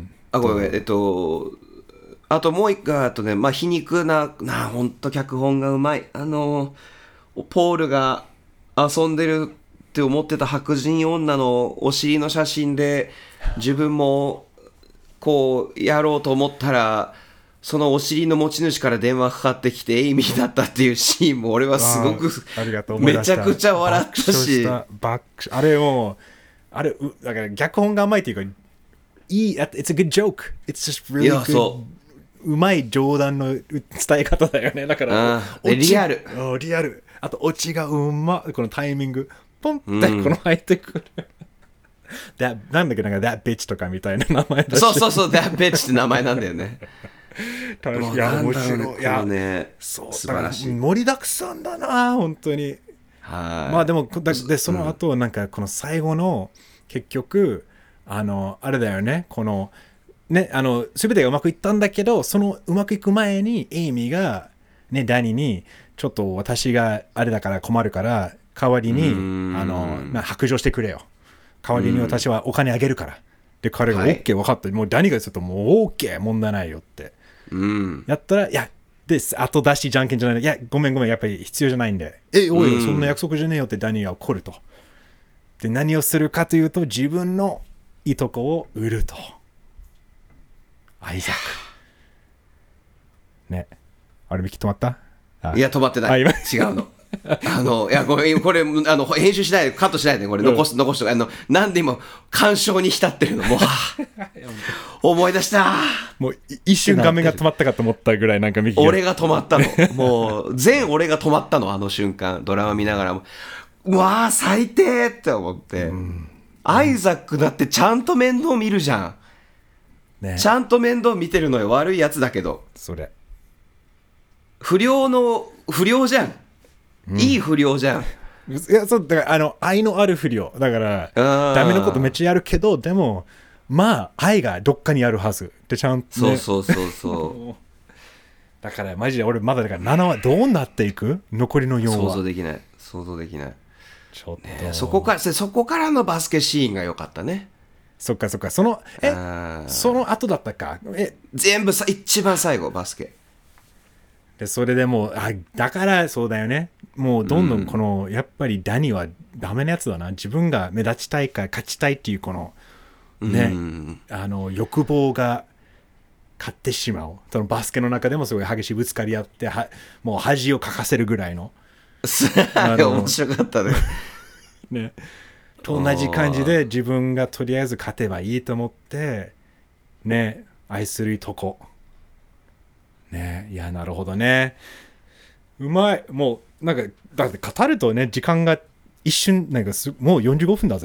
あごめんごめんえっとあともう一個あとね、まあ、皮肉な、な、ほんと脚本がうまい。あの、ポールが遊んでるって思ってた白人女のお尻の写真で、自分もこうやろうと思ったら、そのお尻の持ち主から電話かかってきてエイミーだったっていうシーンも俺はすごくめちゃくちゃ笑ったし。 バックあれも、あれ、だから脚本がうまいっていうか、いい、It's a good joke. It's just really good.うまい冗談の伝え方だよね。だからリアルリアルあとオチがうまこのタイミングポンってこの入ってくる、うん、that, なんだっけなんか That bitch とかみたいな名前だし、 そうそうそう That bitch って名前なんだよね。 いや面白い、いやねそう素晴らしい盛りだくさんだな本当に。 はいまあでもだでその後なんかこの最後の結局あのあれだよねこのね、あの全てがうまくいったんだけどそのうまくいく前にエイミーが、ね、ダニにちょっと私があれだから困るから代わりにあの、まあ、白状してくれよ代わりに私はお金あげるからで彼が OK 分かった、はい、もうダニがちょっともう OK 問題ないよってうんやったらいやで後出しじゃんけんじゃないいやごめんごめんやっぱり必要じゃないんでえおいそんな約束じゃねえよってダニが怒るとで何をするかというと自分のいとこを売るとアイザックねあれミキ止まった？ いや止まってない違うのあのいやごめんこれあの編集しないでカットしないでこれ残す、うん、残すとかあの何で今感傷に浸ってるのもう思い出したもう一瞬画面が止まったかと思ったぐらいなんかミキが俺が止まったのもう全俺が止まったのあの瞬間ドラマ見ながらもうわー最低って思って、うん、アイザックだってちゃんと面倒見るじゃんね、ちゃんと面倒見てるのよ悪いやつだけどそれ不良の不良じゃん、うん、いい不良じゃんいやそうだからあの愛のある不良だからダメなことめっちゃやるけどでもまあ愛がどっかにあるはずでちゃんと、 ね、そうそうそうそうだからマジで俺まだだからななはどうなっていく残りのよんは想像できない想像できないちょっと、 ね、そこからそこからのバスケシーンが良かったねそっかそっかそのえその後だったかえ全部さ一番最後バスケでそれでもうあだからそうだよねもうどんどんこの、うん、やっぱりダニはダメなやつだな自分が目立ちたいか勝ちたいっていうこのね、うん、あの欲望が勝ってしまうそのバスケの中でもすごい激しいぶつかり合ってはもう恥をかかせるぐらいの面白かったねねと同じ感じで自分がとりあえず勝てばいいと思ってね愛するとこねいやなるほどねうまいもうなんかだって語るとね時間が一瞬なんかすもうよんじゅうごふんだぜ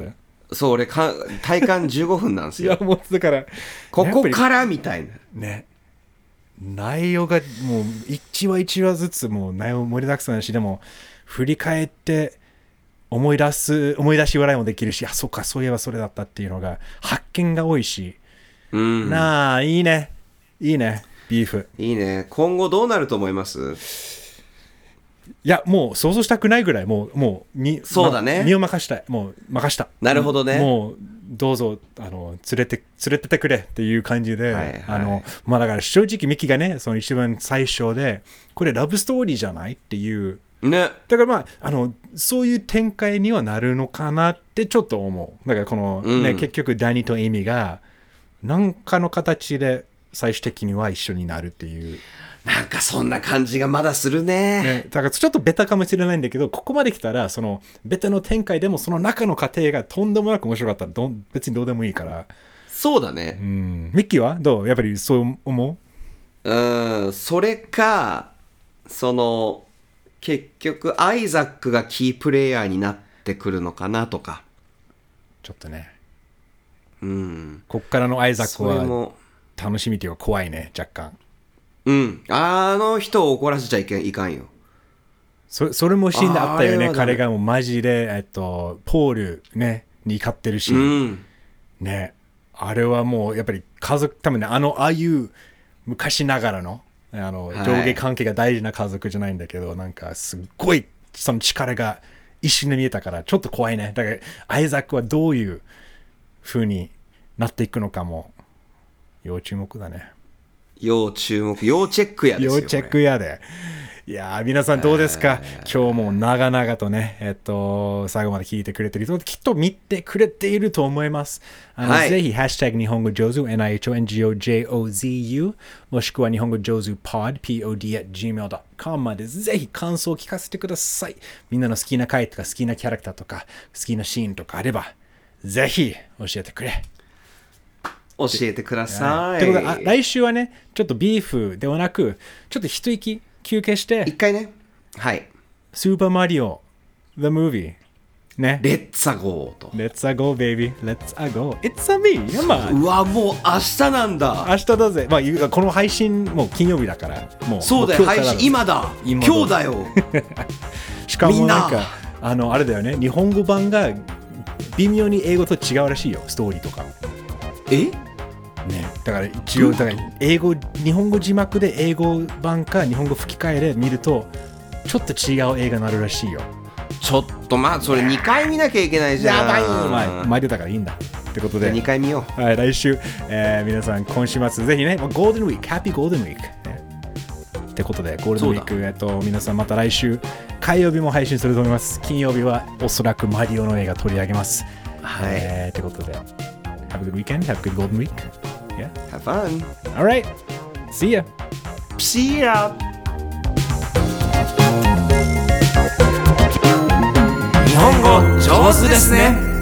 そう俺か体感じゅうごふんなんですよ。 いやもうだからここからみたいなね、内容がもう一話一話ずつもう内容盛りだくさんだし、でも振り返って思い出す思い出し笑いもできるし、あそっかそういえばそれだったっていうのが発見が多いし、 うん、 なあいいねいいねビーフいいね。今後どうなると思います？ いやもう想像したくないぐらいもうもうにそうだね、 ま、身を任したいもう任した。 なるほどね。 もうどうぞあの連れて連れててくれっていう感じで、はいはい、あのまあだから正直ミキがねその一番最初でこれラブストーリーじゃないっていうね、 だからまああのそういう展開にはなるのかなってちょっと思う。だからこの、ね、うん、結局ダニとエイミが何かの形で最終的には一緒になるっていうなんかそんな感じがまだする ね, ねだからちょっとベタかもしれないんだけど、ここまで来たらそのベタの展開でもその中の過程がとんでもなく面白かったらど別にどうでもいいから。 そうだね。 うん、ミッキーはどうやっぱりそう思う？うん、それかその結局アイザックがキープレイヤーになってくるのかなとか。 ちょっとね、 うん、 こっからのアイザックは楽しみというか怖いね若干。 うん、あの人を怒らせちゃいけんいかんよ。 そ, それもシーンであったよね。彼がもうマジで、えっと、ポール、ね、に怒ってるし、うん、ね、あれはもうやっぱり家族ためにあのああいう昔ながらの、あの、はい、上下関係が大事な家族じゃないんだけど、なんかすっごいその力が一瞬で見えたからちょっと怖いね。だからアイザックはどういう風になっていくのかも要注目だね。 要注目、要チェックやですよ。 要チェックやで。いやー皆さんどうですか？今日も長々とね、えっと最後まで聞いてくれてる人きっと見てくれていると思います。あの、はい、ぜひハッシュタグ日本語上手 エヌアイエイチオーエヌジーオージェイオーゼーユー もしくは日本語上手 pod pod at gmail dot com までぜひ感想を聞かせてください。みんなの好きな回とか好きなキャラクターとか好きなシーンとかあればぜひ教えてくれ。 教えてください。 ということで、来週はね、ちょっとビーフではなく、ちょっと一息休憩して、 一回ね、はい。 スーパーマリオ、The Movie、ね。 レッツアゴーと。 レッツアゴー、ベイビー。レッツアゴー。It's a me! やまうわ、もう明日なんだ。 明日だぜ。まあ、この配信、もう金曜日だから、もう。 そうだよ、配信、今だ。今日だよ。 しかもなんか、あの、あれだよね、日本語版が微妙に英語と違うらしいよ、ストーリーとか。 えね、だから一応だから英語日本語字幕で英語版か日本語吹き替えで見るとちょっと違う映画になるらしいよ。 ちょっとまあそれにかい見なきゃいけないじゃん。 やばい、まあ、毎度だからいいんだってことでにかい見よう。はい、来週、えー、皆さん今週末ぜひねゴールデンウィークハッピーゴールデンウィーク、ね、ってことでゴールデンウィーク、えっと、皆さんまた来週火曜日も配信すると思います。金曜日はおそらくマリオの映画取り上げます。 はい、 えー、ってことで Have a good weekend, have a good golden week. Yeah. Have fun. All right. See ya. See ya. 日本語上手ですね。